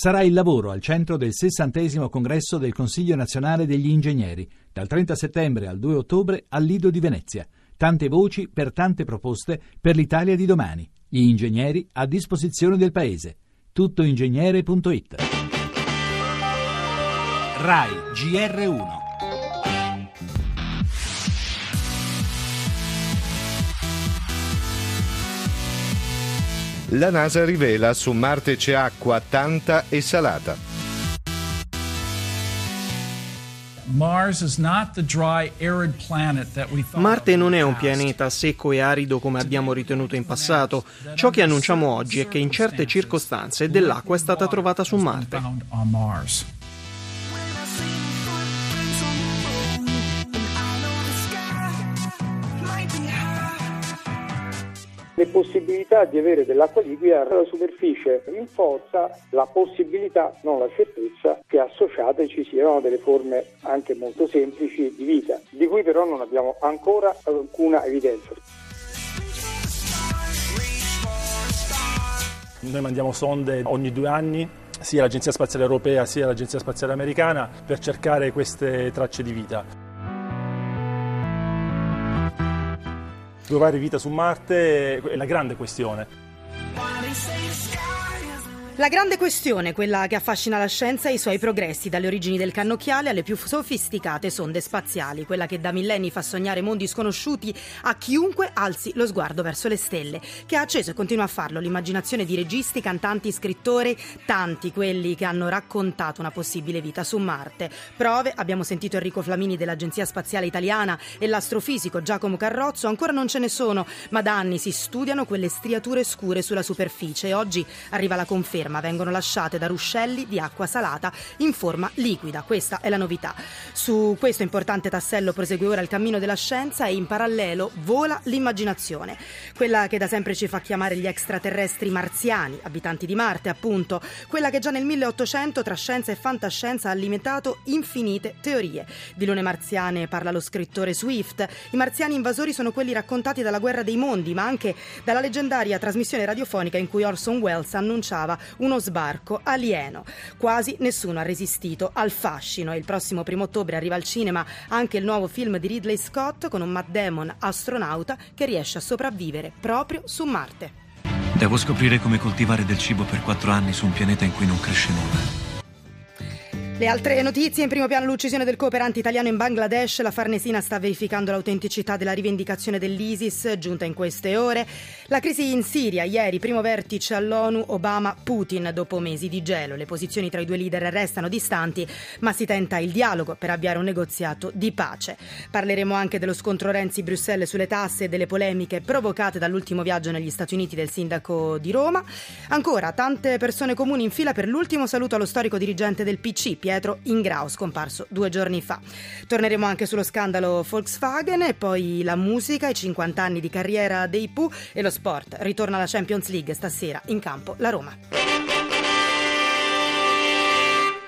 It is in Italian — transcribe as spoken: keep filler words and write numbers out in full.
Sarà il lavoro al centro del sessantesimo congresso del Consiglio Nazionale degli Ingegneri, dal trenta settembre al due ottobre al Lido di Venezia. Tante voci per tante proposte per l'Italia di domani. Gli ingegneri a disposizione del Paese. tuttoingegnere punto it. RAI G R uno. La NASA rivela: su Marte c'è acqua, tanta e salata. Marte non è un pianeta secco e arido come abbiamo ritenuto in passato. Ciò che annunciamo oggi è che in certe circostanze dell'acqua è stata trovata su Marte. Le possibilità di avere dell'acqua liquida alla superficie rinforza la possibilità, non la certezza, che associate ci siano delle forme anche molto semplici di vita, di cui però non abbiamo ancora alcuna evidenza. Noi mandiamo sonde ogni due anni, sia l'Agenzia Spaziale Europea sia l'Agenzia Spaziale Americana, per cercare queste tracce di vita. Trovare vita su Marte è la grande questione. La grande questione, quella che affascina la scienza e i suoi progressi, dalle origini del cannocchiale alle più sofisticate sonde spaziali, quella che da millenni fa sognare mondi sconosciuti a chiunque alzi lo sguardo verso le stelle, che ha acceso e continua a farlo l'immaginazione di registi, cantanti, scrittori, tanti quelli che hanno raccontato una possibile vita su Marte. Prove, abbiamo sentito Enrico Flamini dell'Agenzia Spaziale Italiana e l'astrofisico Giacomo Carrozzo, ancora non ce ne sono, ma da anni si studiano quelle striature scure sulla superficie e oggi arriva la conferma. Vengono lasciate da ruscelli di acqua salata in forma liquida. Questa è la novità. Su questo importante tassello prosegue ora il cammino della scienza e in parallelo vola l'immaginazione, quella che da sempre ci fa chiamare gli extraterrestri marziani, abitanti di Marte appunto, quella che già nel milleottocento tra scienza e fantascienza ha alimentato infinite teorie. Di lune marziane parla lo scrittore Swift. I marziani invasori sono quelli raccontati dalla Guerra dei Mondi, ma anche dalla leggendaria trasmissione radiofonica in cui Orson Welles annunciava uno sbarco alieno. Quasi nessuno ha resistito al fascino e il prossimo primo ottobre arriva al cinema anche il nuovo film di Ridley Scott con un Matt Damon astronauta che riesce a sopravvivere proprio su Marte. Devo scoprire come coltivare del cibo per quattro anni su un pianeta in cui non cresce nulla. Le altre notizie: in primo piano l'uccisione del cooperante italiano in Bangladesh. La Farnesina sta verificando l'autenticità della rivendicazione dell'ISIS giunta in queste ore. La crisi in Siria, ieri primo vertice all'ONU Obama-Putin dopo mesi di gelo. Le posizioni tra i due leader restano distanti, ma si tenta il dialogo per avviare un negoziato di pace. Parleremo anche dello scontro Renzi-Bruxelles sulle tasse e delle polemiche provocate dall'ultimo viaggio negli Stati Uniti del sindaco di Roma. Ancora tante persone comuni in fila per l'ultimo saluto allo storico dirigente del P C, Pietro Ingrao, scomparso due giorni fa. Torneremo anche sullo scandalo Volkswagen e poi la musica, i cinquanta anni di carriera dei Pooh e lo sport. Ritorna alla Champions League, stasera in campo la Roma.